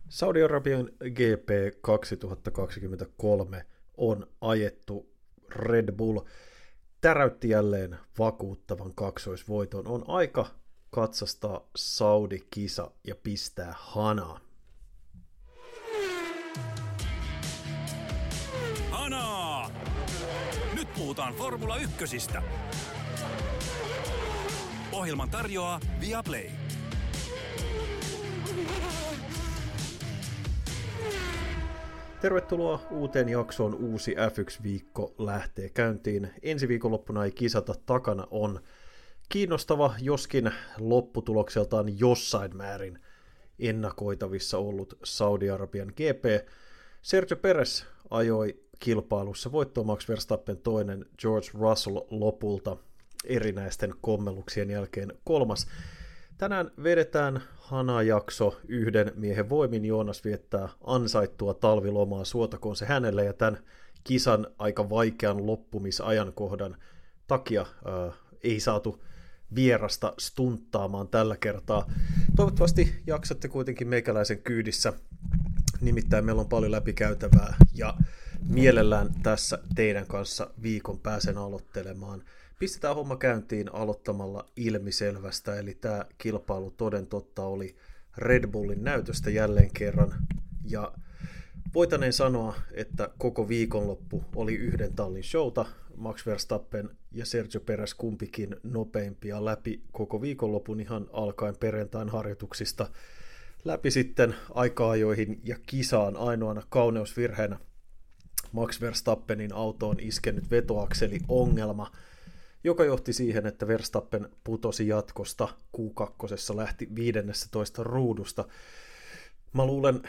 Saudi-Arabian GP 2023 on ajettu. Red Bull täräytti jälleen vakuuttavan kaksoisvoiton. On aika katsastaa Saudi-kisa ja pistää hanaa. Hanaa! Nyt puhutaan Formula 1:stä. Ohjelman tarjoaa Viaplay. Tervetuloa uuteen jaksoon. Uusi F1-viikko lähtee käyntiin. Ensi viikonloppuna ei kisata, takana on kiinnostava, joskin lopputulokseltaan jossain määrin ennakoitavissa ollut Saudi-Arabian GP. Sergio Perez ajoi kilpailussa voittoon, Max Verstappen toinen, George Russell lopulta erinäisten kommelluksien jälkeen kolmas. Tänään vedetään hanajakso yhden miehen voimin. Joonas viettää ansaittua talvilomaa, suotakoon se hänelle, ja tämän kisan aika vaikean loppumisajankohdan takia ei saatu vierasta stunttaamaan tällä kertaa. Toivottavasti jaksatte kuitenkin meikäläisen kyydissä, nimittäin meillä on paljon läpikäytävää ja mielellään tässä teidän kanssa viikon pääsen aloittelemaan. Pistetään homma käyntiin aloittamalla ilmiselvästä, eli tämä kilpailu toden totta oli Red Bullin näytöstä jälleen kerran, ja voitaneen sanoa, että koko viikonloppu oli yhden tallin showta. Max Verstappen ja Sergio Perez kumpikin nopeimpia läpi koko viikonlopun ihan alkaen perjantain harjoituksista läpi sitten aika-ajoihin ja kisaan. Ainoana kauneusvirheenä Max Verstappenin autoon iskenyt vetoakseli ongelma, joka johti siihen, että Verstappen putosi jatkosta. Q2 lähti 15 ruudusta. Mä luulen,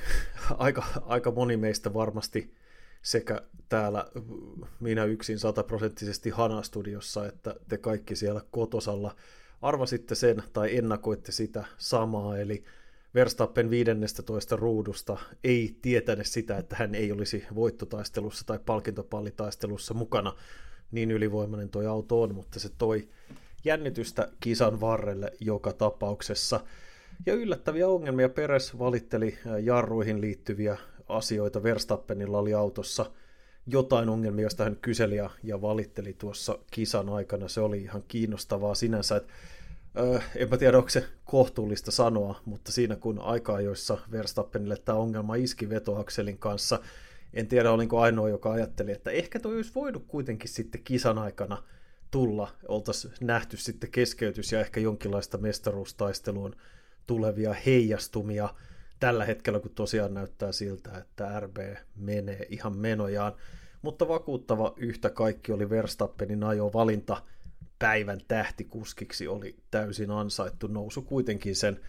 aika moni meistä varmasti sekä täällä minä yksin 100% Hana-studiossa, että te kaikki siellä kotosalla arvasitte sen tai ennakoitte sitä samaa, eli Verstappen 15 ruudusta ei tietäne sitä, että hän ei olisi voittotaistelussa tai palkintopallitaistelussa mukana. Niin ylivoimainen toi auto on, mutta se toi jännitystä kisan varrelle joka tapauksessa. Ja yllättäviä ongelmia. Perez valitteli jarruihin liittyviä asioita. Verstappenilla oli autossa jotain ongelmia, joista hän kyseli ja valitteli tuossa kisan aikana. Se oli ihan kiinnostavaa sinänsä. En mä tiedä, onko se kohtuullista sanoa, mutta siinä kun aika-ajoissa Verstappenille tämä ongelma iski vetoakselin kanssa, en tiedä, olinko ainoa, joka ajatteli, että ehkä toi olisi voinut kuitenkin sitten kisan aikana tulla, oltaisiin nähty sitten keskeytys ja ehkä jonkinlaista mestaruustaisteluun tulevia heijastumia tällä hetkellä, kun tosiaan näyttää siltä, että RB menee ihan menojaan. Mutta vakuuttava yhtä kaikki oli Verstappenin ajovalinta päivän tähtikuskiksi, oli täysin ansaittu nousu kuitenkin sen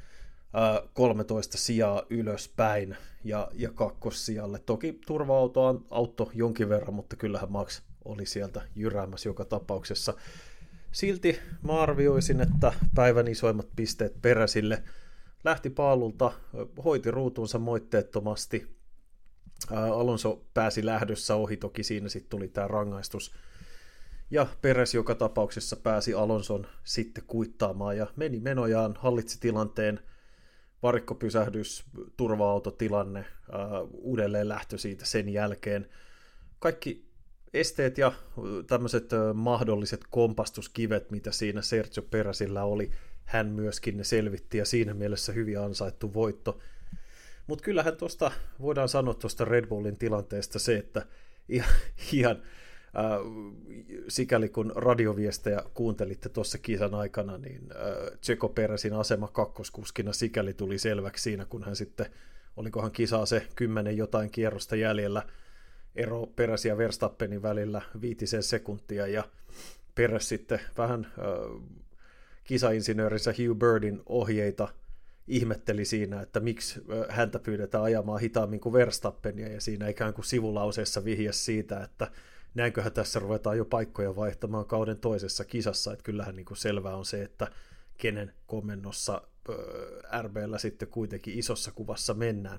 13 sijaa ylöspäin ja kakkossijalle. Toki turva-auto auttoi jonkin verran, mutta kyllähän Max oli sieltä jyräämässä joka tapauksessa. Silti mä arvioisin, että päivän isoimmat pisteet Perezille. Lähti paalulta, hoiti ruutuunsa moitteettomasti. Alonso pääsi lähdössä ohi, toki siinä sitten tuli tämä rangaistus. Ja Perez joka tapauksessa pääsi Alonson sitten kuittaamaan ja meni menojaan, hallitsi tilanteen. Varikkopysähdys, turva-autotilanne, uudelleen lähtö siitä sen jälkeen. Kaikki esteet ja tämmöiset mahdolliset kompastuskivet, mitä siinä Sergio Perezillä oli, hän myöskin ne selvitti ja siinä mielessä hyvin ansaittu voitto. Mutta kyllähän tuosta voidaan sanoa tuosta Red Bullin tilanteesta se, että ihan sikäli kun radioviestejä kuuntelitte tuossa kisan aikana, niin Checo Perezin asema kakkoskuskina sikäli tuli selväksi siinä, kun hän sitten, olikohan kisaa se 10 jotain kierrosta jäljellä, ero Perez ja Verstappenin välillä 5 sekuntia, ja Perez sitten vähän kisainsinöörinsä Hugh Birdin ohjeita ihmetteli siinä, että miksi häntä pyydetään ajamaan hitaammin kuin Verstappenia, ja siinä ikään kuin sivulauseessa vihjasi siitä, että näinköhän tässä ruvetaan jo paikkoja vaihtamaan kauden toisessa kisassa, että kyllähän niin kuin selvää on se, että kenen komennossa RB:llä sitten kuitenkin isossa kuvassa mennään.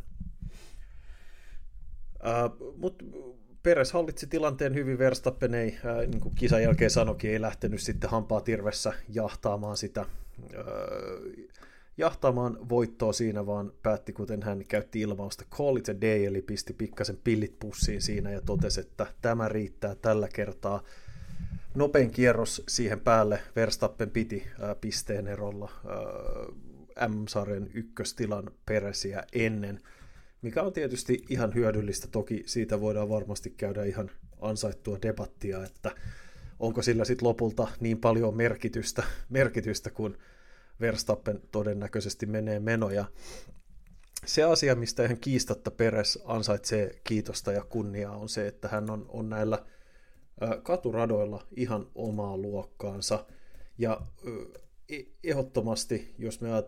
Mutta Perez hallitsi tilanteen hyvin, Verstappen ei, niin kuin kisan jälkeen sanoikin, ei lähtenyt sitten hampaa tirvessä jahtaamaan sitä jahtaamaan voittoa siinä, vaan päätti, kuten hän käytti ilmausta call it a day, eli pisti pikkasen pillit pussiin siinä ja totesi, että tämä riittää tällä kertaa. Nopein kierros siihen päälle, Verstappen piti pisteen erolla M-sarjan ykköstilan Peresiä ennen, mikä on tietysti ihan hyödyllistä. Toki siitä voidaan varmasti käydä ihan ansaittua debattia, että onko sillä sitten lopulta niin paljon merkitystä, kun Verstappen todennäköisesti menee menoja. Se asia, mistä ihan kiistatta Perez ansaitsee kiitosta ja kunniaa, on se, että hän on näillä katuradoilla ihan omaa luokkaansa. Ja ehdottomasti, jos me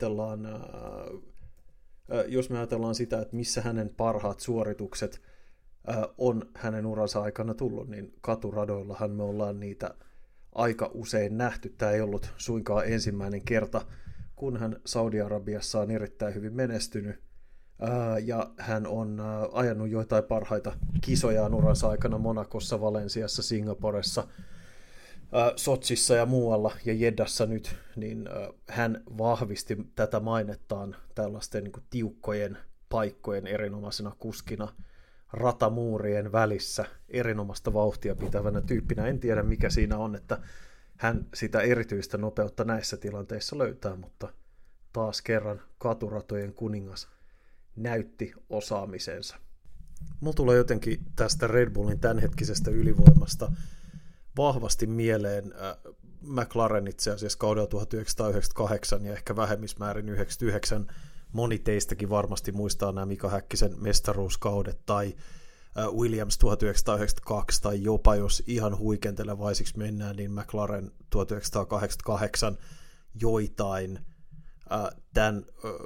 ajatellaan sitä, että missä hänen parhaat suoritukset on hänen uransa aikana tullut, niin katuradoillahan me ollaan niitä aika usein nähty. Tämä ei ollut suinkaan ensimmäinen kerta, kun hän Saudi-Arabiassa on erittäin hyvin menestynyt, ja hän on ajanut joitain parhaita kisojaan uransa aikana Monacossa, Valensiassa, Singaporessa, Sotsissa ja muualla, ja Jeddassa nyt, niin hän vahvisti tätä mainettaan tällaisten niin kuin tiukkojen paikkojen erinomaisena kuskina, ratamuurien välissä erinomaista vauhtia pitävänä tyyppinä. En tiedä, mikä siinä on, että hän sitä erityistä nopeutta näissä tilanteissa löytää, mutta taas kerran katuratojen kuningas näytti osaamisensa. Mulla tulee jotenkin tästä Red Bullin tämänhetkisestä ylivoimasta vahvasti mieleen McLaren itse asiassa kaudella 1998 ja ehkä vähemmismäärin 99. Moni teistäkin varmasti muistaa nämä Mika Häkkisen mestaruuskaudet tai Williams 1992 tai jopa jos ihan huikentelevaisiksi mennään, niin McLaren 1988 joitain tämän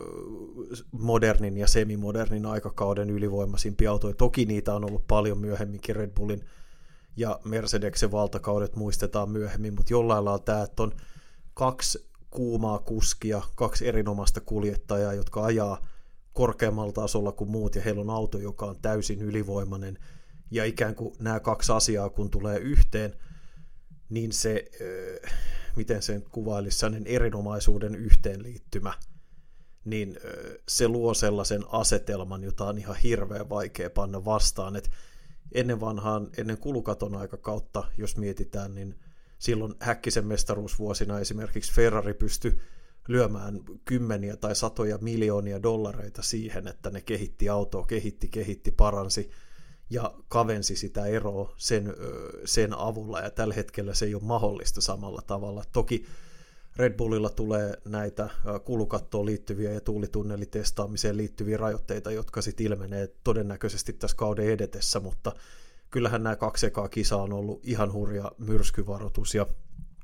modernin ja semimodernin aikakauden ylivoimaisimpia autoja. Toki niitä on ollut paljon myöhemminkin, Red Bullin ja Mercedesen valtakaudet muistetaan myöhemmin, mutta jollain lailla tämä, että on kaksi kuumaa kuskia, kaksi erinomaista kuljettajaa, jotka ajaa korkeammalla tasolla kuin muut, ja heillä on auto, joka on täysin ylivoimainen, ja ikään kuin nämä kaksi asiaa, kun tulee yhteen, niin se, miten sen kuvailisi, sellainen erinomaisuuden yhteenliittymä, niin se luo sellaisen asetelman, jota on ihan hirveän vaikea panna vastaan, että ennen kulukaton aikakautta, jos mietitään, niin silloin Häkkisen mestaruusvuosina esimerkiksi Ferrari pystyi lyömään kymmeniä tai satoja miljoonia dollareita siihen, että ne kehitti autoa, kehitti, paransi ja kavensi sitä eroa sen avulla, ja tällä hetkellä se ei ole mahdollista samalla tavalla. Toki Red Bullilla tulee näitä kulukattoon liittyviä ja tuulitunnelitestaamiseen liittyviä rajoitteita, jotka sitten ilmenee todennäköisesti tässä kauden edetessä, mutta kyllähän nämä kaksi ekaa kisaa on ollut ihan hurja myrskyvaroitus, ja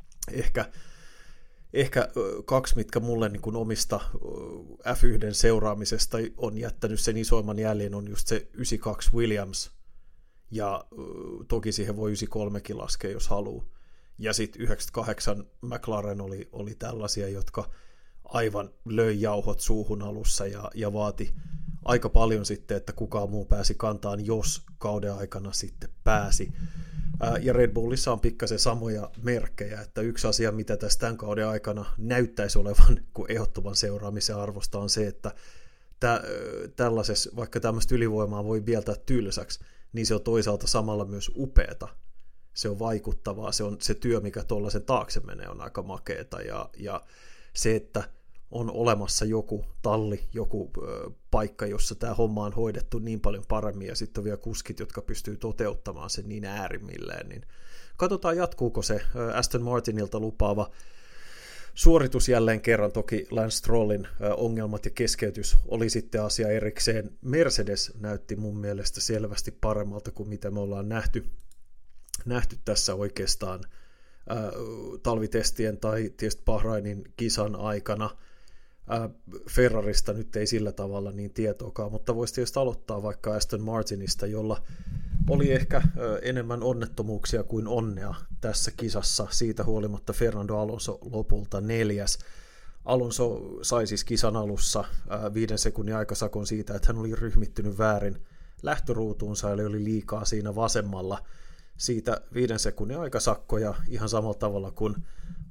ehkä kaksi, mitkä mulle niin kuin omista F1 seuraamisesta on jättänyt sen isoimman jäljen, on just se 92 Williams, ja toki siihen voi 93kin laskea, jos haluaa. Ja sitten 98 McLaren oli tällaisia, jotka aivan löi jauhot suuhun alussa ja vaati aika paljon sitten, että kukaan muu pääsi kantaan, jos kauden aikana sitten pääsi. Ja Red Bullissa on pikkasen samoja merkkejä, että yksi asia, mitä tässä tämän kauden aikana näyttäisi olevan kuin ehdottoman seuraamisen arvosta, on se, että tällaisessa, vaikka tämmöistä ylivoimaa voi mieltää tylsäksi, niin se on toisaalta samalla myös upeata. Se on vaikuttavaa, se työ, mikä tuollaisen taakse menee, on aika makeeta, ja se, että on olemassa joku talli, joku paikka, jossa tämä homma on hoidettu niin paljon paremmin, ja sitten on vielä kuskit, jotka pystyy toteuttamaan sen niin äärimmilleen, niin katsotaan, jatkuuko se Aston Martinilta lupaava suoritus jälleen kerran. Toki Lance Strollin ongelmat ja keskeytys oli sitten asia erikseen. Mercedes näytti mun mielestä selvästi paremmalta kuin mitä me ollaan nähty tässä oikeastaan talvitestien tai tietysti Bahrainin kisan aikana. Ferrarista nyt ei sillä tavalla niin tietoakaan, mutta voisi tietysti aloittaa vaikka Aston Martinista, jolla oli ehkä enemmän onnettomuuksia kuin onnea tässä kisassa. Siitä huolimatta Fernando Alonso lopulta 4. Alonso sai siis kisan alussa 5 sekunnin aikasakon siitä, että hän oli ryhmittynyt väärin lähtöruutuunsa, eli oli liikaa siinä vasemmalla. Siitä 5 sekunnin aikasakkoja ihan samalla tavalla kuin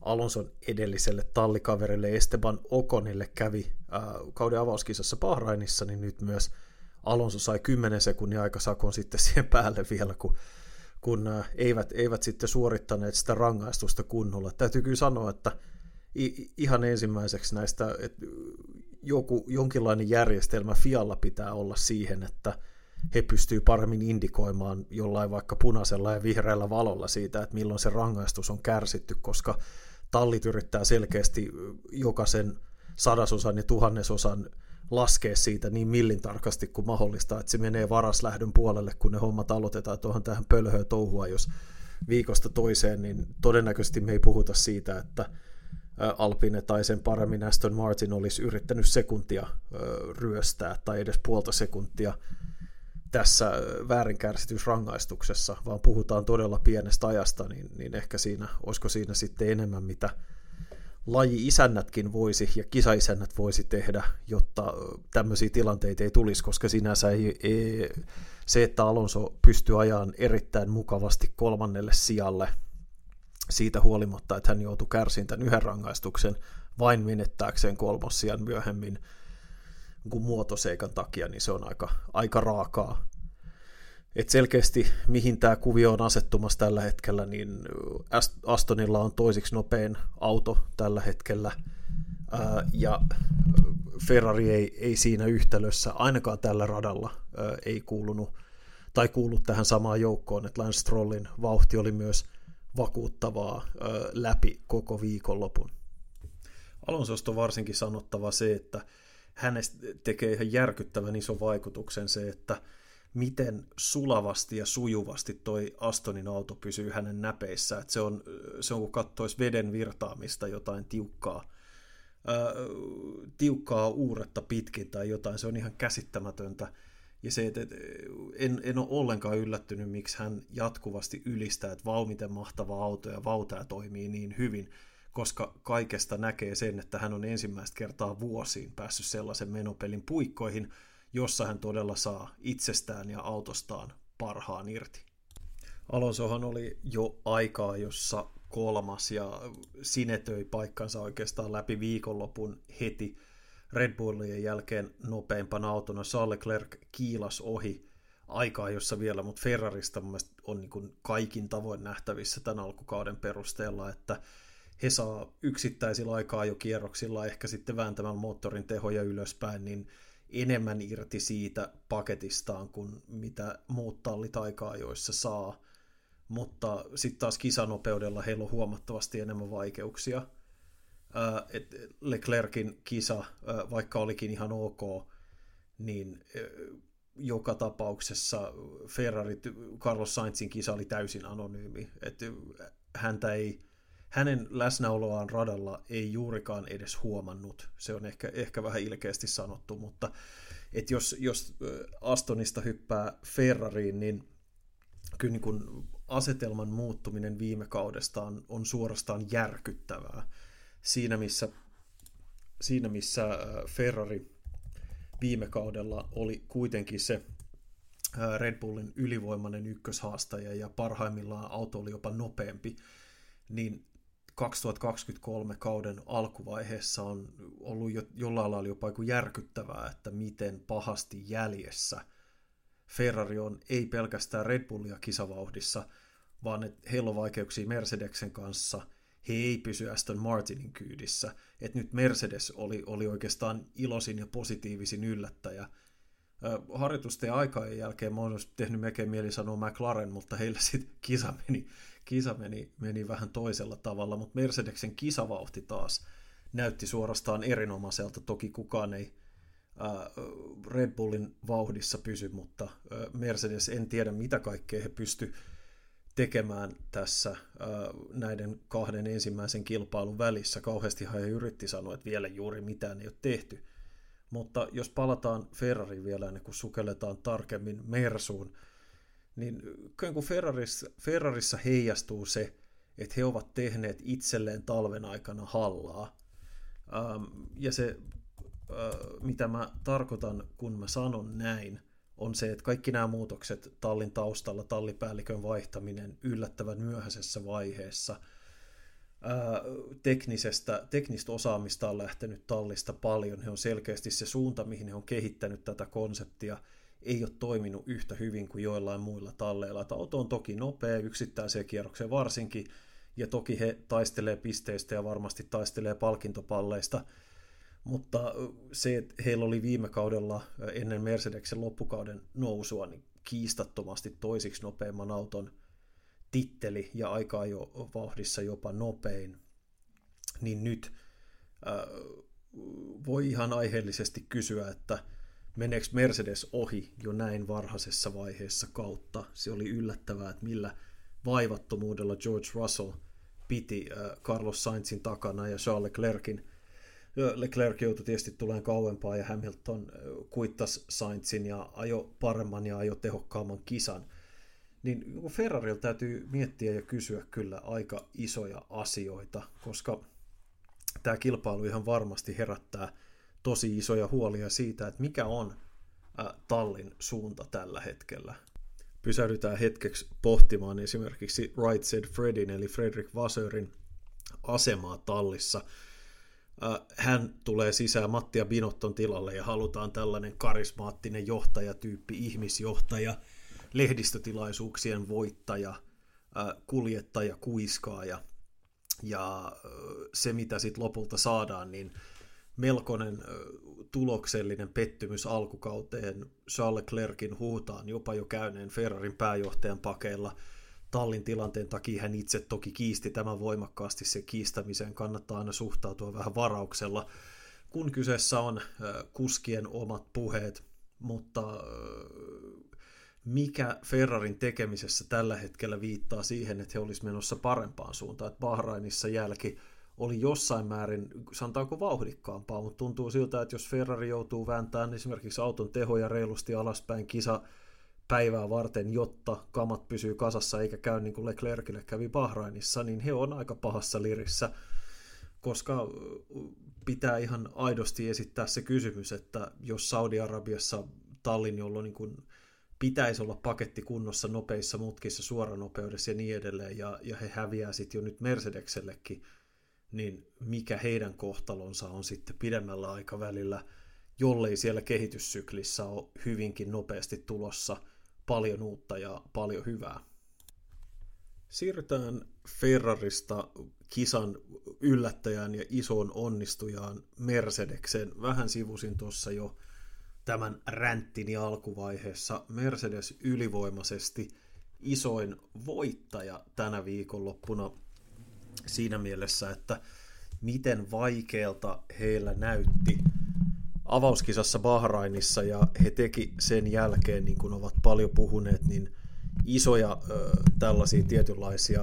Alonson edelliselle tallikaverille Esteban Oconille kävi kauden avauskisassa Bahrainissa, niin nyt myös Alonso sai 10 sekunnin aikasakon sitten siihen päälle vielä, kun eivät sitten suorittaneet sitä rangaistusta kunnolla. Täytyy kyllä sanoa, että ihan ensimmäiseksi näistä, että jonkinlainen järjestelmä FIAlla pitää olla siihen, että he pystyvät paremmin indikoimaan jollain vaikka punaisella ja vihreällä valolla siitä, että milloin se rangaistus on kärsitty, koska tallit yrittää selkeästi jokaisen sadasosan ja tuhannesosan laskea siitä niin millintarkasti kuin mahdollista, että se menee varaslähdön puolelle, kun ne hommat aloitetaan tuohon tähän pölhöä touhua, jos viikosta toiseen, niin todennäköisesti me ei puhuta siitä, että Alpine tai sen paremmin Aston Martin olisi yrittänyt sekuntia ryöstää tai edes puolta sekuntia tässä väärinkärsitysrangaistuksessa, vaan puhutaan todella pienestä ajasta, niin ehkä olisiko siinä sitten enemmän, mitä laji-isännätkin voisi ja kisaisännät voisi tehdä, jotta tämmöisiä tilanteita ei tulisi, koska sinänsä se, että Alonso pystyy ajamaan erittäin mukavasti 3. sijalle siitä huolimatta, että hän joutui kärsiin tämän yhden rangaistuksen vain menettääkseen 3. sijan myöhemmin muotoseikan takia, niin se on aika raakaa. Et selkeästi, mihin tämä kuvio on asettumassa tällä hetkellä, niin Astonilla on toisiksi nopein auto tällä hetkellä, ja Ferrari ei siinä yhtälössä, ainakaan tällä radalla, ei kuullut tähän samaan joukkoon, että Lance Strollin vauhti oli myös vakuuttavaa läpi koko viikonlopun. Alonsosta on varsinkin sanottava se, että hänestä tekee ihan järkyttävän ison vaikutuksen se, että miten sulavasti ja sujuvasti toi Astonin auto pysyy hänen näpeissä. Että se on kun katsoisi veden virtaamista jotain tiukkaa uuretta pitkin tai jotain, se on ihan käsittämätöntä. Ja se, että en ole ollenkaan yllättynyt, miksi hän jatkuvasti ylistää, että vau, miten mahtava auto ja vau, tämä toimii niin hyvin, koska kaikesta näkee sen, että hän on ensimmäistä kertaa vuosiin päässyt sellaisen menopelin puikkoihin, jossa hän todella saa itsestään ja autostaan parhaan irti. Alonsohan oli jo aikaa, jossa 3. ja sinetöi paikkansa oikeastaan läpi viikonlopun heti Red Bullien jälkeen nopeimpana autona. Charles Leclerc kiilas ohi aikaa, jossa vielä, mutta Ferrarista mun mielestä on niin kuin kaikin tavoin nähtävissä tämän alkukauden perusteella, että he saa yksittäisillä aikaa jo kierroksilla ehkä sitten vääntämällä moottorin tehoja ylöspäin, niin enemmän irti siitä paketistaan kuin mitä muut tallit aika-ajoissa saa, mutta sitten taas kisanopeudella heillä on huomattavasti enemmän vaikeuksia. Leclercin kisa, vaikka olikin ihan ok, niin joka tapauksessa Carlos Sainzin kisa oli täysin anonyymi, että hänen läsnäoloaan radalla ei juurikaan edes huomannut. Se on ehkä vähän ilkeästi sanottu, mutta että jos Astonista hyppää Ferrariin, niin kyllä niin kuin asetelman muuttuminen viime kaudesta on suorastaan järkyttävää. Siinä missä Ferrari viime kaudella oli kuitenkin se Red Bullin ylivoimainen ykköshaastaja ja parhaimmillaan auto oli jopa nopeampi, niin 2023 kauden alkuvaiheessa on ollut jollain lailla jopa järkyttävää, että miten pahasti jäljessä Ferrari on ei pelkästään Red Bullia kisavauhdissa, vaan että heillä on vaikeuksia Mercedesen kanssa, he ei pysy Aston Martinin kyydissä, että nyt Mercedes oli oikeastaan iloisin ja positiivisin yllättäjä. Harjoitusten aikajan jälkeen mä oon tehnyt melkein mieli sanoa McLaren, mutta heillä sitten kisa meni vähän toisella tavalla, mutta Mercedesen kisavauhti taas näytti suorastaan erinomaiselta. Toki kukaan ei Red Bullin vauhdissa pysy, mutta Mercedes, en tiedä mitä kaikkea he pysty tekemään tässä näiden 2 ensimmäisen kilpailun välissä. Kauheastihan he yritti sanoa, että vielä juuri mitään ei ole tehty. Mutta jos palataan Ferrariin vielä ennen kuin sukelletaan tarkemmin Mersuun, niin kun Ferrarissa heijastuu se, että he ovat tehneet itselleen talven aikana hallaa. Ja se, mitä mä tarkoitan, kun mä sanon näin, on se, että kaikki nämä muutokset tallin taustalla, tallipäällikön vaihtaminen yllättävän myöhäisessä vaiheessa, teknistä osaamista on lähtenyt tallista paljon. He on selkeästi se suunta, mihin he on kehittänyt tätä konseptia, ei ole toiminut yhtä hyvin kuin joillain muilla talleilla. Auto on toki nopea, yksittäiseen kierrokseen varsinkin, ja toki he taistelee pisteistä ja varmasti taistelee palkintopalleista, mutta se, että heillä oli viime kaudella ennen Mercedesen loppukauden nousua, niin kiistattomasti toisiksi nopeimman auton titteli ja aikaa jo vauhdissa jopa nopein, niin nyt voi ihan aiheellisesti kysyä, että meneekö Mercedes ohi jo näin varhaisessa vaiheessa kautta. Se oli yllättävää, että millä vaivattomuudella George Russell piti Carlos Sainzin takana ja Charles Leclerc joutui tietysti tulemaan kauempaa ja Hamilton kuittasi Sainzin ja ajo paremman ja ajo tehokkaamman kisan. Niin Ferrarilla täytyy miettiä ja kysyä kyllä aika isoja asioita, koska tämä kilpailu ihan varmasti herättää tosi isoja huolia siitä, että mikä on tallin suunta tällä hetkellä. Pysähdytään hetkeksi pohtimaan esimerkiksi Right Said Fredin eli Fredrik Vaseurin asemaa tallissa. Hän tulee sisään Mattia Binotton tilalle ja halutaan tällainen karismaattinen johtajatyyppi, ihmisjohtaja, lehdistötilaisuuksien voittaja, kuljettaja, kuiskaaja. Ja se, mitä sitten lopulta saadaan, niin melkoinen tuloksellinen pettymys alkukauteen. Charles Leclercin huutaan jopa jo käyneen Ferrarin pääjohtajan pakeilla. Tallin tilanteen takia hän itse toki kiisti tämän voimakkaasti, se kiistämiseen kannattaa aina suhtautua vähän varauksella, kun kyseessä on kuskien omat puheet, mutta mikä Ferrarin tekemisessä tällä hetkellä viittaa siihen, että he olisivat menossa parempaan suuntaan, että Bahrainissa jälki oli jossain määrin, sanotaanko vauhdikkaampaa, mutta tuntuu siltä, että jos Ferrari joutuu vääntämään esimerkiksi auton tehoja reilusti alaspäin kisapäivää varten, jotta kamat pysyy kasassa eikä käy niin kuin Leclercille kävi Bahrainissa, niin he on aika pahassa lirissä, koska pitää ihan aidosti esittää se kysymys, että jos Saudi-Arabiassa tallin, jolloin niin kuin pitäisi olla paketti kunnossa nopeissa mutkissa, suoranopeudessa ja niin edelleen, ja he häviää sitten jo nyt Mercedeksellekin, niin mikä heidän kohtalonsa on sitten pidemmällä aikavälillä, jollei siellä kehityssyklissä ole hyvinkin nopeasti tulossa paljon uutta ja paljon hyvää. Siirrytään Ferrarista kisan yllättäjään ja isoon onnistujaan Mercedekseen. Vähän sivusin tuossa jo tämän ränttini alkuvaiheessa. Mercedes ylivoimaisesti isoin voittaja tänä viikonloppuna siinä mielessä, että miten vaikealta heillä näytti avauskisassa Bahrainissa, ja he teki sen jälkeen, niin kuin ovat paljon puhuneet, niin isoja tällaisia tietynlaisia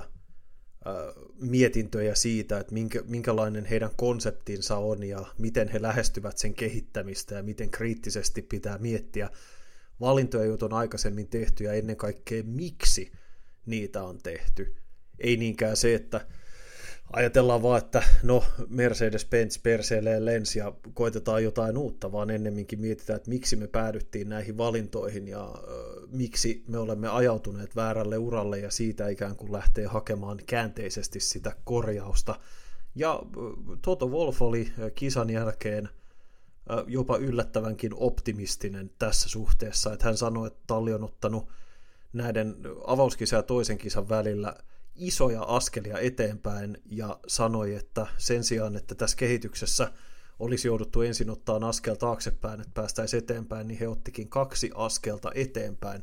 mietintöjä siitä, että minkälainen heidän konseptinsa on ja miten he lähestyvät sen kehittämistä ja miten kriittisesti pitää miettiä valintoja, joita on aikaisemmin tehty ja ennen kaikkea miksi niitä on tehty. Ei niinkään se, että ajatellaan vaan, että no Mercedes-Benz perseelleen lensi ja koitetaan jotain uutta, vaan ennemminkin mietitään, että miksi me päädyttiin näihin valintoihin ja miksi me olemme ajautuneet väärälle uralle ja siitä ikään kuin lähtee hakemaan käänteisesti sitä korjausta. Ja Toto Wolff oli kisan jälkeen jopa yllättävänkin optimistinen tässä suhteessa, että hän sanoi, että talli on ottanut näiden avauskisan ja toisen kisan välillä isoja askelia eteenpäin ja sanoi, että sen sijaan, että tässä kehityksessä olisi jouduttu ensin ottaa askel taaksepäin, että päästäisiin eteenpäin, niin he ottikin 2 askelta eteenpäin.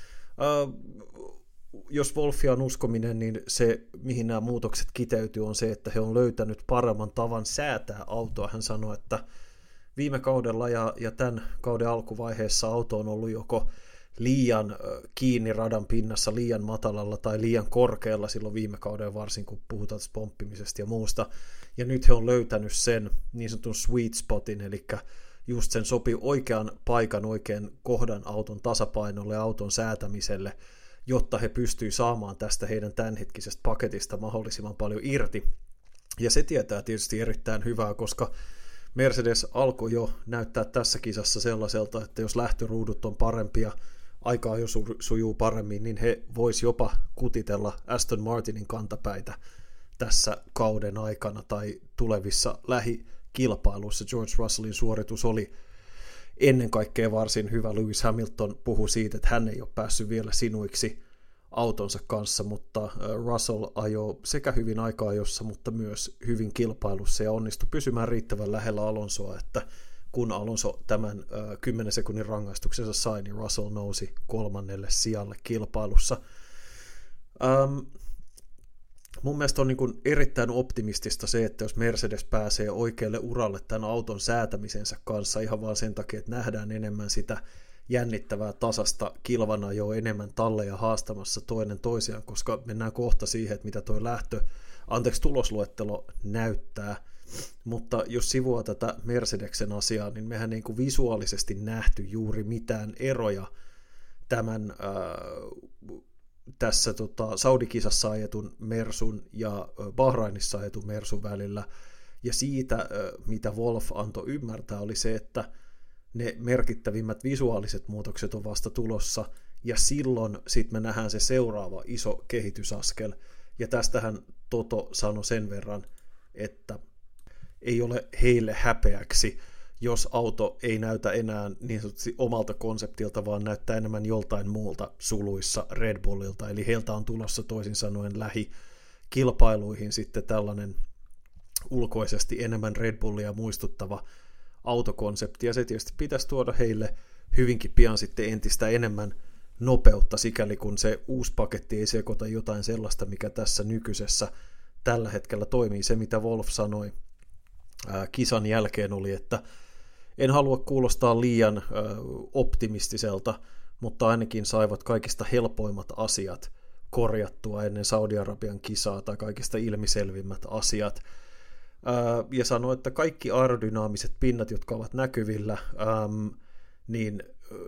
Jos Wolffia on uskominen, niin se, mihin nämä muutokset kiteytyy, on se, että he on löytänyt paremman tavan säätää autoa. Hän sanoi, että viime kaudella ja tämän kauden alkuvaiheessa auto on ollut joko liian kiinni radan pinnassa, liian matalalla tai liian korkealla silloin viime kauden varsin, kun puhutaan pomppimisesta ja muusta. Ja nyt he on löytänyt sen niin sanotun sweet spotin, eli just sen sopii oikean paikan, oikean kohdan auton tasapainolle ja auton säätämiselle, jotta he pystyvät saamaan tästä heidän tämänhetkisestä paketista mahdollisimman paljon irti. Ja se tietää tietysti erittäin hyvää, koska Mercedes alkoi jo näyttää tässä kisassa sellaiselta, että jos lähtöruudut on parempia, aikaa jo sujuu paremmin, niin he vois jopa kutitella Aston Martinin kantapäitä tässä kauden aikana tai tulevissa lähikilpailuissa. George Russellin suoritus oli ennen kaikkea varsin hyvä. Lewis Hamilton puhui siitä, että hän ei ole päässyt vielä sinuiksi autonsa kanssa, mutta Russell ajoi sekä hyvin aika-ajossa, mutta myös hyvin kilpailussa ja onnistui pysymään riittävän lähellä Alonsoa, että kun Alonso tämän 10 sekunnin rangaistuksensa sai, niin Russell nousi 3. sijalle kilpailussa. Mun mielestä on niin kuin erittäin optimistista se, että jos Mercedes pääsee oikealle uralle tämän auton säätämisensä kanssa ihan vaan sen takia, että nähdään enemmän sitä jännittävää tasasta kilvanajoa, enemmän talleja haastamassa toinen toisiaan, koska mennään kohta siihen, että mitä toi tulosluettelo näyttää. Mutta jos sivuaa tätä Mercedeksen asiaa, niin mehän ei visuaalisesti nähty juuri mitään eroja tämän tässä Saudi-kisassa ajetun Mersun ja Bahrainissa ajetun Mersun välillä. Ja siitä, mitä Wolff antoi ymmärtää, oli se, että ne merkittävimmät visuaaliset muutokset on vasta tulossa, ja silloin sitten me nähdään se seuraava iso kehitysaskel. Ja tästähän Toto sanoi sen verran, että ei ole heille häpeäksi, jos auto ei näytä enää niin sanotusti omalta konseptilta, vaan näyttää enemmän joltain muulta suluissa Red Bullilta. Eli heiltä on tulossa toisin sanoen lähikilpailuihin sitten tällainen ulkoisesti enemmän Red Bullia muistuttava autokonsepti, ja se tietysti pitäisi tuoda heille hyvinkin pian sitten entistä enemmän nopeutta, sikäli kun se uusi paketti ei sekoita jotain sellaista, mikä tässä nykyisessä tällä hetkellä toimii. Se, mitä Wolff sanoi kisan jälkeen oli, että en halua kuulostaa liian optimistiselta, mutta ainakin saivat kaikista helpoimmat asiat korjattua ennen Saudi-Arabian kisaa, tai kaikista ilmiselvimmät asiat. Ja sanoi, että kaikki aerodynaamiset pinnat, jotka ovat näkyvillä, niin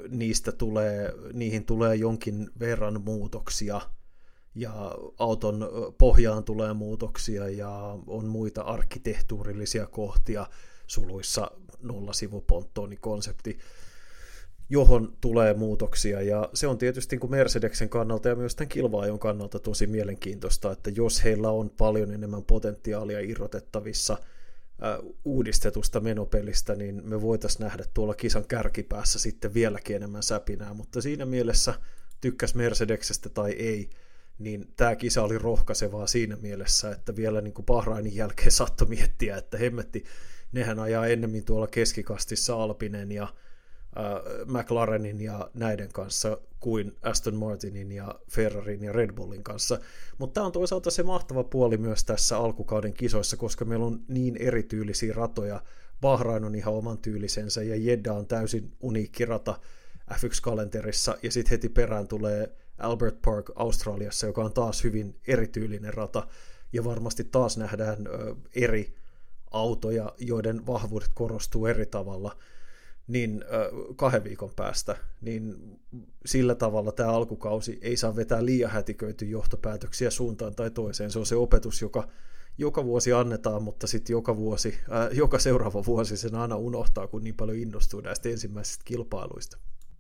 niihin tulee jonkin verran muutoksia, ja auton pohjaan tulee muutoksia, ja on muita arkkitehtuurillisia kohtia, suluissa 0-sivuponttooni-konsepti, johon tulee muutoksia, ja se on tietysti niin Mercedeksen kannalta ja myös tämän kilvaajon kannalta tosi mielenkiintoista, että jos heillä on paljon enemmän potentiaalia irrotettavissa uudistetusta menopelistä, niin me voitaisiin nähdä tuolla kisan kärkipäässä sitten vieläkin enemmän säpinää, mutta siinä mielessä tykkäs Mercedeksestä tai ei, niin tämä kisa oli rohkaisevaa siinä mielessä, että vielä niin kuin Bahrainin jälkeen saattoi miettiä, että hemmetti, nehän ajaa ennemmin tuolla keskikastissa Alpinen ja McLarenin ja näiden kanssa kuin Aston Martinin ja Ferrarin ja Red Bullin kanssa. Mutta tämä on toisaalta se mahtava puoli myös tässä alkukauden kisoissa, koska meillä on niin erityylisiä ratoja. Bahrain on ihan oman tyylisensä ja Jeddah on täysin uniikki rata F1-kalenterissa, ja sitten heti perään tulee Albert Park Australiassa, joka on taas hyvin erityylinen rata, ja varmasti taas nähdään eri autoja, joiden vahvuudet korostuu eri tavalla, niin 2 viikon päästä, niin sillä tavalla tämä alkukausi ei saa vetää liian hätiköity johtopäätöksiä suuntaan tai toiseen. Se on se opetus, joka vuosi annetaan, mutta sitten joka seuraava vuosi sen aina unohtaa, kun niin paljon innostuu näistä ensimmäisistä kilpailuista.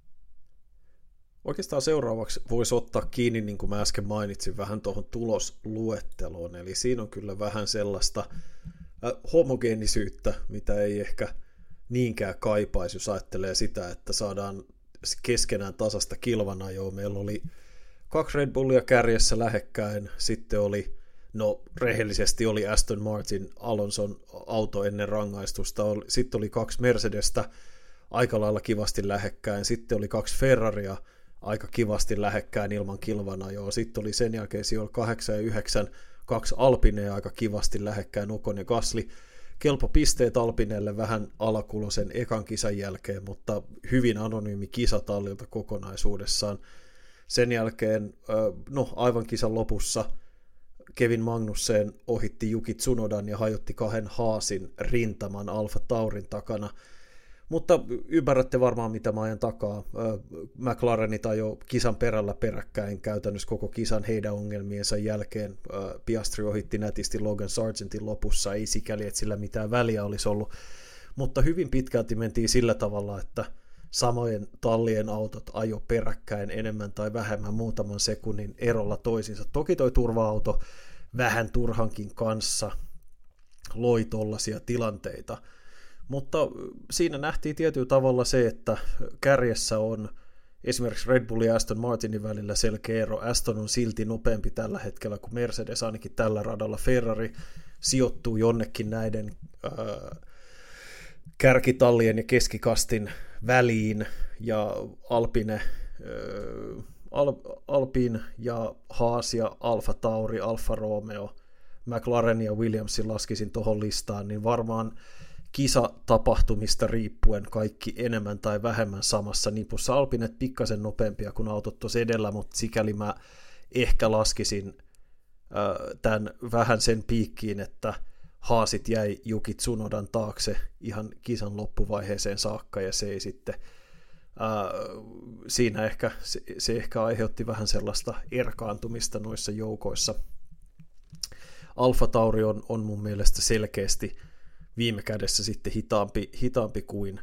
Oikeastaan seuraavaksi voisi ottaa kiinni, niin kuin mä äsken mainitsin, vähän tuohon tulosluetteloon, eli siinä on kyllä vähän sellaista homogeenisyyttä, mitä ei ehkä niinkään kaipaisi, jos ajattelee sitä, että saadaan keskenään tasasta kilvanajoa. Meillä oli 2 Red Bullia kärjessä lähekkäin, sitten oli, rehellisesti oli Aston Martin Alonson auto ennen rangaistusta, sitten oli 2 Mercedestä aika lailla kivasti lähekkäin, sitten oli 2 Ferraria aika kivasti lähekkäin ilman kilvanajoa, sitten oli sen jälkeen sijoilla 8 ja 9 2 Alpinea aika kivasti lähekkäin, Ocon ja Gasly. Kelpo pisteet Alpinelle vähän alakulosen ekan kisan jälkeen, mutta hyvin anonyymi kisa tallilta kokonaisuudessaan. Sen jälkeen, aivan kisan lopussa Kevin Magnussen ohitti Yuki Tsunodan ja hajotti 2 Haasin rintaman Alfa Taurin takana. Mutta ymmärrätte varmaan, mitä mä ajan takaa. McLarenit ajoi kisan perällä peräkkäin käytännössä koko kisan heidän ongelmiensa jälkeen. Piastri ohitti nätisti Logan Sargentin lopussa, ei sikäli, että sillä mitään väliä olisi ollut. Mutta hyvin pitkälti mentiin sillä tavalla, että samojen tallien autot ajo peräkkäin enemmän tai vähemmän muutaman sekunnin erolla toisiinsa. Toki toi turva-auto vähän turhankin kanssa loi tollaisia tilanteita. Mutta siinä nähtiin tietyllä tavalla se, että kärjessä on esimerkiksi Red Bull ja Aston Martinin välillä selkeä ero. Aston on silti nopeampi tällä hetkellä kuin Mercedes, ainakin tällä radalla. Ferrari sijoittuu jonnekin näiden kärkitallien ja keskikastin väliin, ja Alpine ja Haas ja Alfa Tauri, Alfa Romeo, McLaren ja Williamsin laskisin tuohon listaan, niin varmaan kisatapahtumista riippuen kaikki enemmän tai vähemmän samassa nipussa. Alpinet pikkasen nopeampia kuin autot tuossa edellä, mutta sikäli mä ehkä laskisin tämän vähän sen piikkiin, että Haasit jäi Yuki Tsunodan taakse ihan kisan loppuvaiheeseen saakka, ja se ei sitten siinä se ehkä aiheutti vähän sellaista erkaantumista noissa joukoissa. Alfa Tauri on mun mielestä selkeästi viime kädessä sitten hitaampi kuin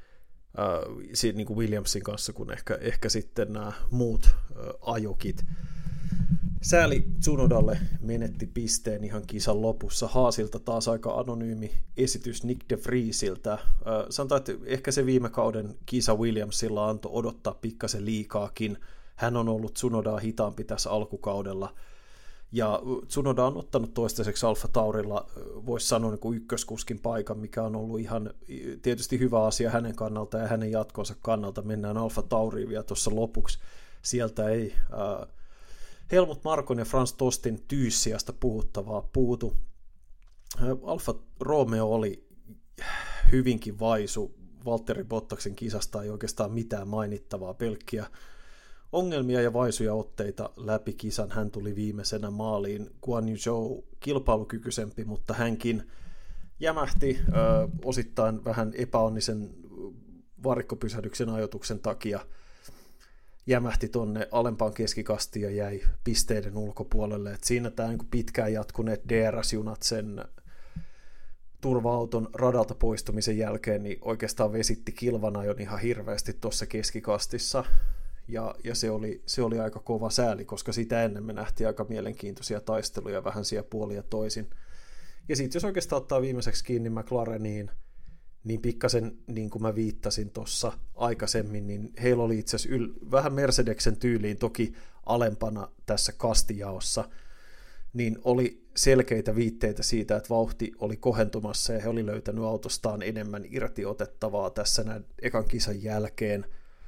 niin kuin Williamsin kanssa, kun ehkä sitten nämä muut ajokit. Sääli Tsunodalle menetti pisteen ihan kisan lopussa. Haasilta taas aika anonyymi esitys Nick de Vriesiltä. Sanotaan, että ehkä se viime kauden kisa Williamsilla antoi odottaa pikkasen liikaakin. Hän on ollut Tsunodaa hitaampi tässä alkukaudella. Ja Tsunoda on ottanut toistaiseksi Alfa Taurilla, voisi sanoa, niin kuin ykköskuskin paikan, mikä on ollut ihan tietysti hyvä asia hänen kannalta ja hänen jatkonsa kannalta. Mennään Alfa Tauriin vielä tuossa lopuksi. Sieltä ei Helmut Markon ja Franz Tostin tyyssiästä puhuttavaa puutu. Alfa Romeo oli hyvinkin vaisu. Valtteri Bottaksen kisasta ei oikeastaan mitään mainittavaa, pelkkiä ongelmia ja vaisuja otteita läpi kisan. Hän tuli viimeisenä maaliin. Guan Yu Zhou kilpailukykyisempi, mutta hänkin jämähti osittain vähän epäonnisen varikkopysähdyksen ajoituksen takia. Jämähti tonne alempaan keskikastiin ja jäi pisteiden ulkopuolelle. Et siinä tämä niin pitkään jatkuneet DRS-junat sen turva-auton radalta poistumisen jälkeen niin oikeastaan vesitti kilvanajon ihan hirveästi tuossa keskikastissa. Ja se oli aika kova sääli, koska sitä ennen me nähtiin aika mielenkiintoisia taisteluja vähän siellä puolin ja toisin. Ja sitten jos oikeastaan ottaa viimeiseksi kiinni McLareniin, niin pikkasen niin kuin mä viittasin tuossa aikaisemmin, niin heillä oli itse asiassa vähän Mercedeksen tyyliin toki alempana tässä kastijaossa, niin oli selkeitä viitteitä siitä, että vauhti oli kohentumassa ja he oli löytänyt autostaan enemmän irtiotettavaa tässä näin ekan kisan jälkeen.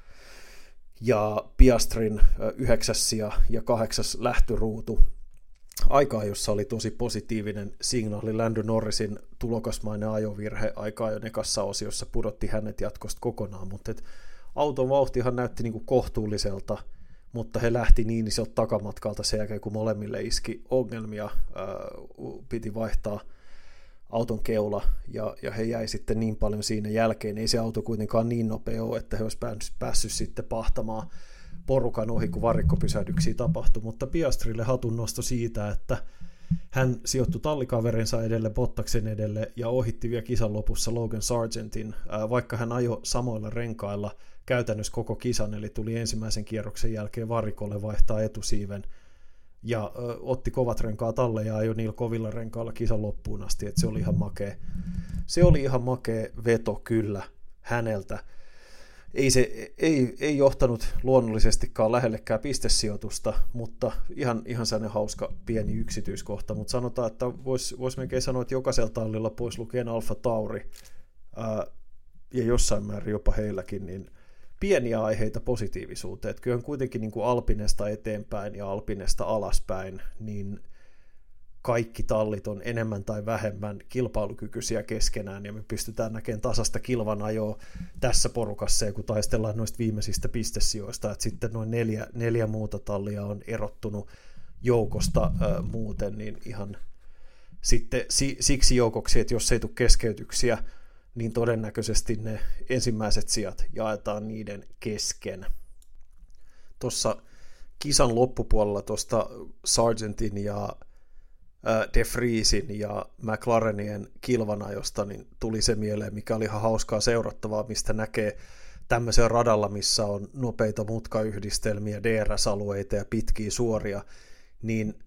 Ja Piastrin 9. ja 8. lähtöruutu aikaa, jossa oli tosi positiivinen signaali. Lando Norrisin tulokasmainen ajovirhe aikaa jo ekassa osiossa pudotti hänet jatkosta kokonaan, mutta auton vauhtihan näytti niin kuin kohtuulliselta, mutta he lähti niin isolta takamatkalta sen jälkeen, kun molemmille iski ongelmia, piti vaihtaa auton keula, ja he jäi sitten niin paljon siinä jälkeen. Ei se auto kuitenkaan niin nopea ole, että he olisivat päässyt sitten pahtamaan porukan ohi, kun varikkopysähdyksiä tapahtui, mutta Piastrille hatunnosto siitä, että hän sijoittui tallikaverinsa edelle, Bottaksen edelle, ja ohitti vielä kisan lopussa Logan Sargentin, vaikka hän ajoi samoilla renkailla käytännössä koko kisan, eli tuli ensimmäisen kierroksen jälkeen varikolle vaihtaa etusiiven, ja otti kovat renkaat alle ja ajoi niillä kovilla renkailla kisan loppuun asti, että se oli ihan makea. Se oli ihan makea veto kyllä häneltä. Ei johtanut luonnollisestikaan lähellekään pistesijoitusta, mutta ihan sellainen hauska pieni yksityiskohta, mutta sanotaan, että vois melkein sanoa, että jokaisella tallilla pois lukien Alfa Tauri ja jossain määrin jopa heilläkin, niin pieniä aiheita positiivisuuteen. Että kyllähän kuitenkin niin kuin Alpinesta eteenpäin ja Alpinesta alaspäin, niin kaikki tallit on enemmän tai vähemmän kilpailukykyisiä keskenään, ja me pystytään näkemään tasasta kilvanajoa tässä porukassa, kun taistellaan noista viimeisistä pistesijoista, että sitten noin neljä muuta tallia on erottunut joukosta muuten, niin ihan sitten siksi joukoksi, että jos ei tule keskeytyksiä, niin todennäköisesti ne ensimmäiset sijat jaetaan niiden kesken. Tuossa kisan loppupuolella tuosta Sargentin ja De Vriesin ja McLarenien kilvanajosta, niin tuli se mieleen, mikä oli ihan hauskaa seurattavaa, mistä näkee tämmöisen radalla, missä on nopeita mutkayhdistelmiä, DRS-alueita ja pitkiä suoria, niin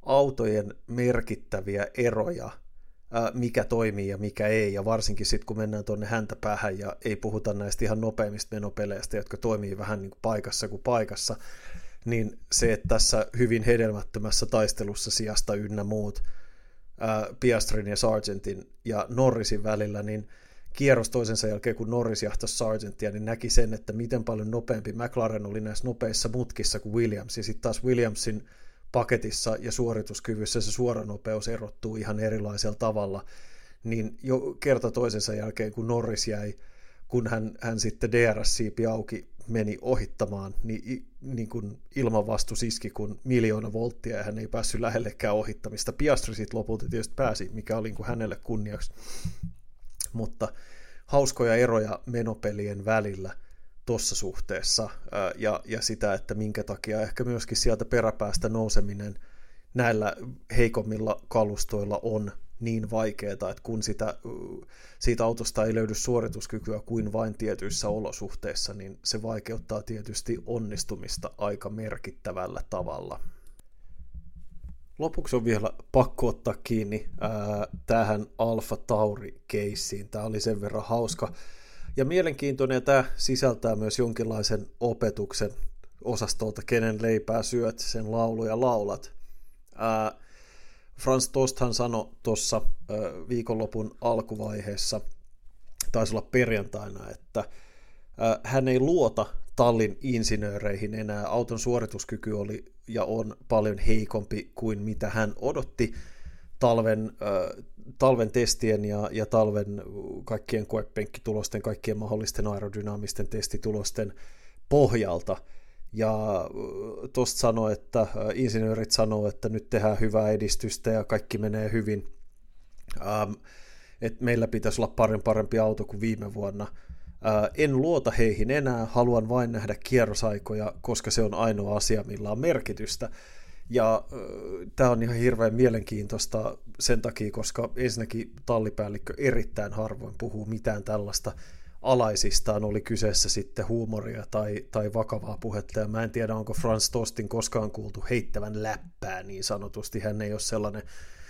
autojen merkittäviä eroja, mikä toimii ja mikä ei, ja varsinkin sitten kun mennään tuonne häntäpäähän ja ei puhuta näistä ihan nopeimmista menopeleistä, jotka toimii vähän niin kuin paikassa kuin paikassa, niin se, että tässä hyvin hedelmättömässä taistelussa sijasta ynnä muut Piastrin ja Sargentin ja Norrisin välillä, niin kierros toisensa jälkeen, kun Norris jahtasi Sargentia, niin näki sen, että miten paljon nopeampi McLaren oli näissä nopeissa mutkissa kuin Williams, ja sitten taas Williamsin paketissa ja suorituskyvyssä se suoranopeus erottuu ihan erilaisella tavalla, niin jo kerta toisensa jälkeen, kun Norris jäi, kun hän sitten DRS-siipi auki meni ohittamaan, niin kuin ilmanvastus iski kuin 1,000,000 volttia, ja hän ei päässyt lähellekään ohittamista. Piastri sitten lopulta tietysti pääsi, mikä oli niin kuin hänelle kunniaksi, mutta hauskoja eroja menopelien välillä tuossa suhteessa, ja sitä, että minkä takia ehkä myöskin sieltä peräpäästä nouseminen näillä heikommilla kalustoilla on niin vaikeaa, että kun siitä autosta ei löydy suorituskykyä kuin vain tietyissä olosuhteissa, niin se vaikeuttaa tietysti onnistumista aika merkittävällä tavalla. Lopuksi on vielä pakko ottaa kiinni tähän Alfa Tauri-keissiin. Tämä oli sen verran hauska ja mielenkiintoinen, ja tämä sisältää myös jonkinlaisen opetuksen osastolta, kenen leipää syöt, sen lauluja laulat. Franz Tosthan sanoi tuossa viikonlopun alkuvaiheessa, taisi olla perjantaina, että hän ei luota tallin insinööreihin enää. Auton suorituskyky oli ja on paljon heikompi kuin mitä hän odotti talven testien ja talven kaikkien koepenkkitulosten, kaikkien mahdollisten aerodynaamisten testitulosten pohjalta. Ja tuosta sanoi, että insinöörit sanoo, että nyt tehdään hyvää edistystä ja kaikki menee hyvin, että meillä pitäisi olla parempi auto kuin viime vuonna. En luota heihin enää, haluan vain nähdä kierrosaikoja, koska se on ainoa asia, millä on merkitystä. Ja tämä on ihan hirveän mielenkiintoista sen takia, koska ensinnäkin tallipäällikkö erittäin harvoin puhuu mitään tällaista alaisistaan, oli kyseessä sitten huumoria tai vakavaa puhetta, ja mä en tiedä, onko Franz Tostin koskaan kuultu heittävän läppää niin sanotusti. Hän ei ole sellainen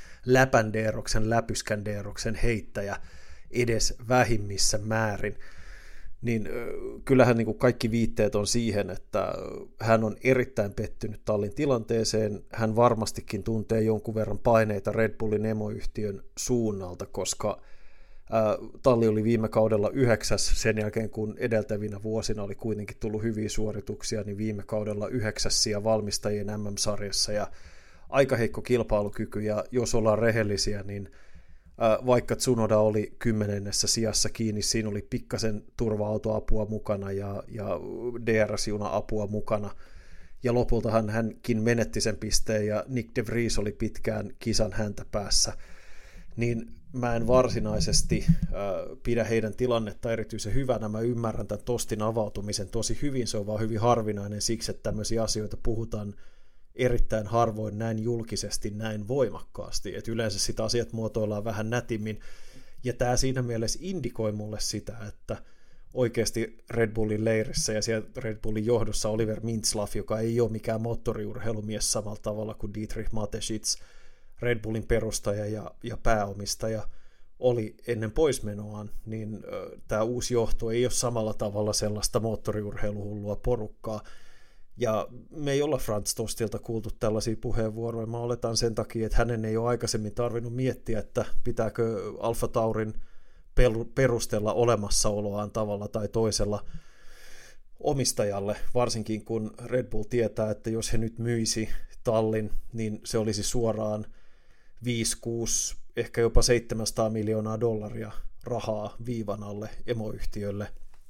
läpyskändeeroksen heittäjä edes vähimmissä määrin. Niin kyllähän niin kuin kaikki viitteet on siihen, että hän on erittäin pettynyt tallin tilanteeseen. Hän varmastikin tuntee jonkun verran paineita Red Bullin emoyhtiön suunnalta, koska talli oli viime kaudella 9. sen jälkeen, kun edeltävinä vuosina oli kuitenkin tullut hyviä suorituksia, niin viime kaudella 9. sija valmistajien MM-sarjassa ja aika heikko kilpailukyky, ja jos ollaan rehellisiä, niin vaikka Tsunoda oli 10. sijassa kiinni, siinä oli pikkasen turva-autoapua mukana ja DRS-juna-apua mukana, ja lopultahan hänkin menetti sen pisteen, ja Nick de Vries oli pitkään kisan häntä päässä, niin mä en varsinaisesti pidä heidän tilannetta erityisen hyvänä. Mä ymmärrän tämän Tostin avautumisen tosi hyvin, se on vaan hyvin harvinainen siksi, että tämmöisiä asioita puhutaan erittäin harvoin näin julkisesti, näin voimakkaasti, että yleensä sitä asiat muotoillaan vähän nätimmin, ja tämä siinä mielessä indikoi mulle sitä, että oikeasti Red Bullin leirissä ja siellä Red Bullin johdossa Oliver Mintzlaff, joka ei ole mikään moottoriurheilumies samalla tavalla kuin Dietrich Mateschitz, Red Bullin perustaja ja pääomistaja oli ennen poismenoaan, niin tämä uusi johto ei ole samalla tavalla sellaista moottoriurheiluhullua porukkaa. Ja me ei olla Franz Tostilta kuultu tällaisia puheenvuoroja. Mä oletan sen takia, että hänen ei ole aikaisemmin tarvinnut miettiä, että pitääkö Alfa Taurin perustella olemassaoloaan tavalla tai toisella omistajalle, varsinkin kun Red Bull tietää, että jos he nyt myisi tallin, niin se olisi suoraan 5, 6, ehkä jopa $700 miljoonaa rahaa viivan alle emoyhtiölle.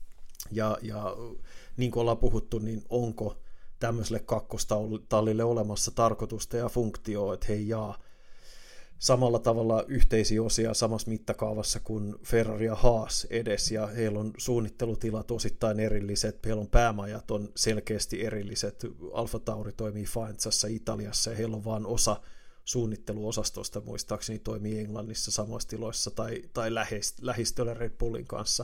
Ja niin kuin ollaan puhuttu, niin onko tämmöiselle kakkostallille olemassa tarkoitusta ja funktioa, että he jaa samalla tavalla yhteisiä osia samassa mittakaavassa kuin Ferrari ja Haas edes, ja heillä on suunnittelutilat osittain erilliset, heillä on päämajat on selkeästi erilliset, Alfa Tauri toimii Faenzassa Italiassa, ja heillä on vain osa suunnitteluosastosta, muistaakseni toimii Englannissa samoissa tiloissa tai lähistöllä Red Bullin kanssa,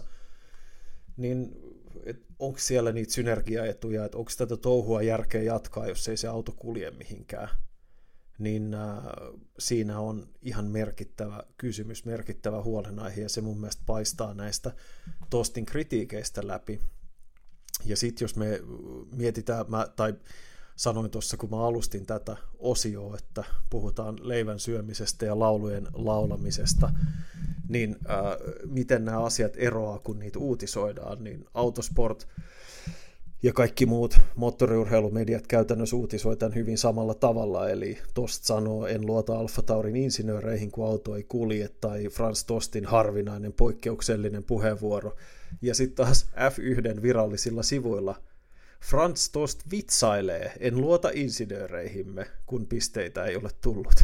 niin onko siellä niitä synergiaetuja, että onko tätä touhua järkeä jatkaa, jos ei se auto kulje mihinkään. niin siinä on ihan merkittävä kysymys, merkittävä huolenaihe, ja se mun mielestä paistaa näistä Tostin kritiikeistä läpi. Ja sitten jos me mietitään, tai sanoin tuossa, kun mä alustin tätä osioa, että puhutaan leivän syömisestä ja laulujen laulamisesta, niin miten nämä asiat eroaa, kun niitä uutisoidaan, niin Autosport ja kaikki muut moottoriurheilumediat käytännössä uutisoi tämän hyvin samalla tavalla, eli Tost sanoo, en luota Alfa Taurin insinööreihin, kun auto ei kulje, tai Franz Tostin harvinainen poikkeuksellinen puheenvuoro. Ja sitten taas F1 virallisilla sivuilla Franz Tost vitsailee, en luota insinööreihimme, kun pisteitä ei ole tullut.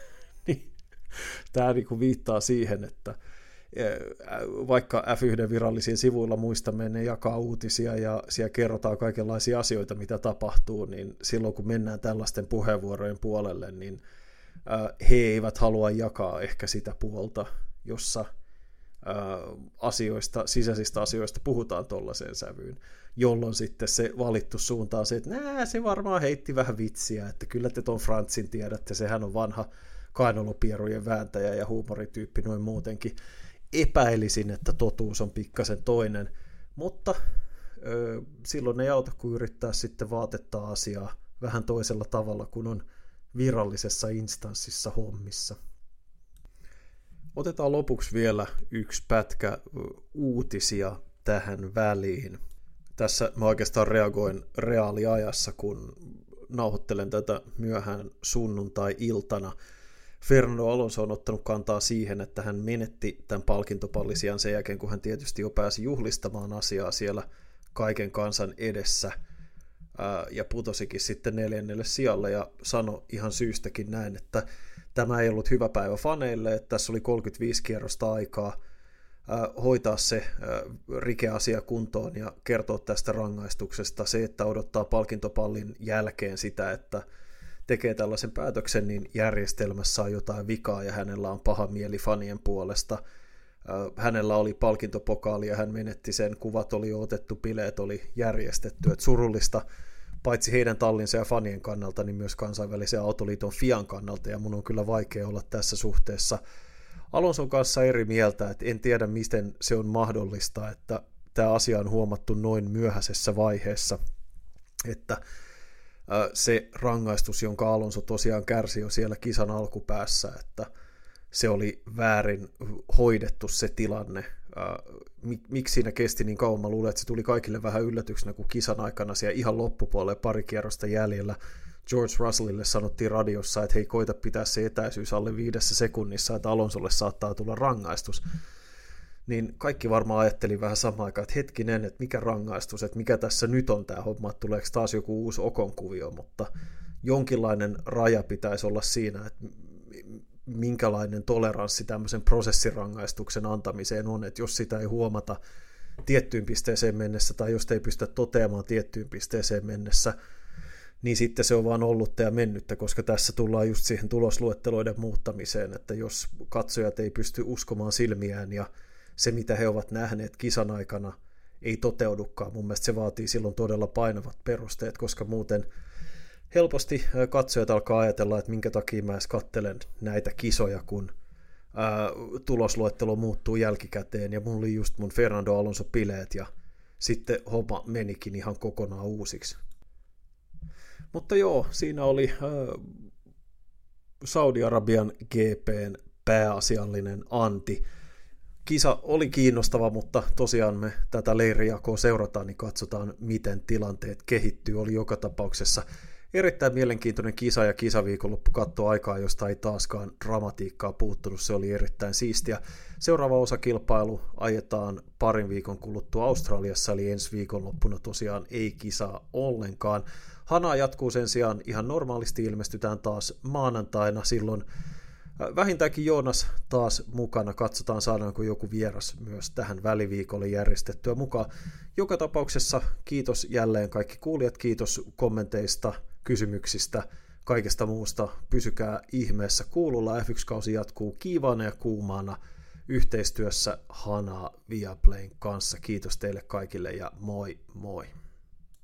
Tämä niinku viittaa siihen, että vaikka F1 virallisiin sivuilla muistamme, ne jakaa uutisia ja siellä kerrotaan kaikenlaisia asioita, mitä tapahtuu, niin silloin kun mennään tällaisten puheenvuorojen puolelle, niin he eivät halua jakaa ehkä sitä puolta, jossa sisäisistä asioista puhutaan tollaiseen sävyyn, jolloin sitten se valittu suunta on se, että se varmaan heitti vähän vitsiä, että kyllä te ton Franzin tiedätte, sehän on vanha kainalopierujen vääntäjä ja huumorityyppi noin muutenkin. Epäilisin, että totuus on pikkasen toinen, mutta silloin ei auta, kun yrittää sitten vaatettaa asiaa vähän toisella tavalla, kun on virallisessa instanssissa hommissa. Otetaan lopuksi vielä yksi pätkä uutisia tähän väliin. Tässä mä oikeastaan reagoin reaaliajassa, kun nauhoittelen tätä myöhään sunnuntai-iltana. Fernando Alonso on ottanut kantaa siihen, että hän menetti tämän palkintopallisijan sen jälkeen, kun hän tietysti jo pääsi juhlistamaan asiaa siellä kaiken kansan edessä ja putosikin sitten 4. sijalle ja sanoi ihan syystäkin näin, että tämä ei ollut hyvä päivä faneille, että tässä oli 35 kierrosta aikaa hoitaa se rikeasia kuntoon ja kertoa tästä rangaistuksesta. Se, että odottaa palkintopallin jälkeen sitä, että tekee tällaisen päätöksen, niin järjestelmässä on jotain vikaa ja hänellä on paha mieli fanien puolesta. Hänellä oli palkintopokaali ja hän menetti sen, kuvat oli jo otettu, bileet oli järjestetty. Et surullista paitsi heidän tallinsa ja fanien kannalta, niin myös kansainvälisen autoliiton FIAn kannalta, ja mun on kyllä vaikea olla tässä suhteessa Alonson kanssa eri mieltä, että en tiedä miten se on mahdollista, että tämä asia on huomattu noin myöhäisessä vaiheessa, että se rangaistus, jonka Alonso tosiaan kärsi jo siellä kisan alkupäässä, että se oli väärin hoidettu se tilanne. Miksi siinä kesti niin kauan? Mä luulen, että se tuli kaikille vähän yllätyksenä, kun kisan aikana siellä ihan loppupuolelle pari kierrosta jäljellä George Russellille sanottiin radiossa, että hei, koita pitää se etäisyys alle 5 sekunnissa, että Alonsolle saattaa tulla rangaistus. Niin kaikki varmaan ajatteli vähän samaan aikaan, että hetkinen, että mikä rangaistus, että mikä tässä nyt on tämä homma, että tuleeko taas joku uusi Ocon-kuvio, mutta jonkinlainen raja pitäisi olla siinä, että minkälainen toleranssi tämmöisen prosessirangaistuksen antamiseen on, että jos sitä ei huomata tiettyyn pisteeseen mennessä tai jos ei pystytä toteamaan tiettyyn pisteeseen mennessä, niin sitten se on vaan ollutta ja mennyttä, koska tässä tullaan just siihen tulosluetteloiden muuttamiseen, että jos katsojat ei pysty uskomaan silmiään ja se, mitä he ovat nähneet kisan aikana, ei toteudukaan. Mun mielestä se vaatii silloin todella painavat perusteet, koska muuten helposti katsojat alkaa ajatella, että minkä takia mä edes katselen näitä kisoja, kun tulosluettelo muuttuu jälkikäteen, ja mulla oli just mun Fernando Alonso-bileet, ja sitten homma menikin ihan kokonaan uusiksi. Mutta joo, siinä oli Saudi-Arabian GP:n pääasiallinen anti. Kisa oli kiinnostava, mutta tosiaan me tätä leirijakoa seurataan, niin katsotaan, miten tilanteet kehittyy. Oli joka tapauksessa erittäin mielenkiintoinen kisa ja kisaviikonloppu katsoi aikaa, josta ei taaskaan dramatiikkaa puuttunut. Se oli erittäin siistiä. Seuraava osakilpailu ajetaan parin viikon kuluttua Australiassa, eli ensi viikonloppuna tosiaan ei kisaa ollenkaan. Hanaa jatkuu sen sijaan ihan normaalisti, ilmestytään taas maanantaina, silloin vähintäänkin Joonas taas mukana, katsotaan saadaanko joku vieras myös tähän väliviikolle järjestettyä mukaan. Joka tapauksessa kiitos jälleen kaikki kuulijat, kiitos kommenteista, kysymyksistä, kaikesta muusta, pysykää ihmeessä kuulolla, F1-kausi jatkuu kiivaana ja kuumaana yhteistyössä Hanaa Viaplayn kanssa, kiitos teille kaikille ja moi moi!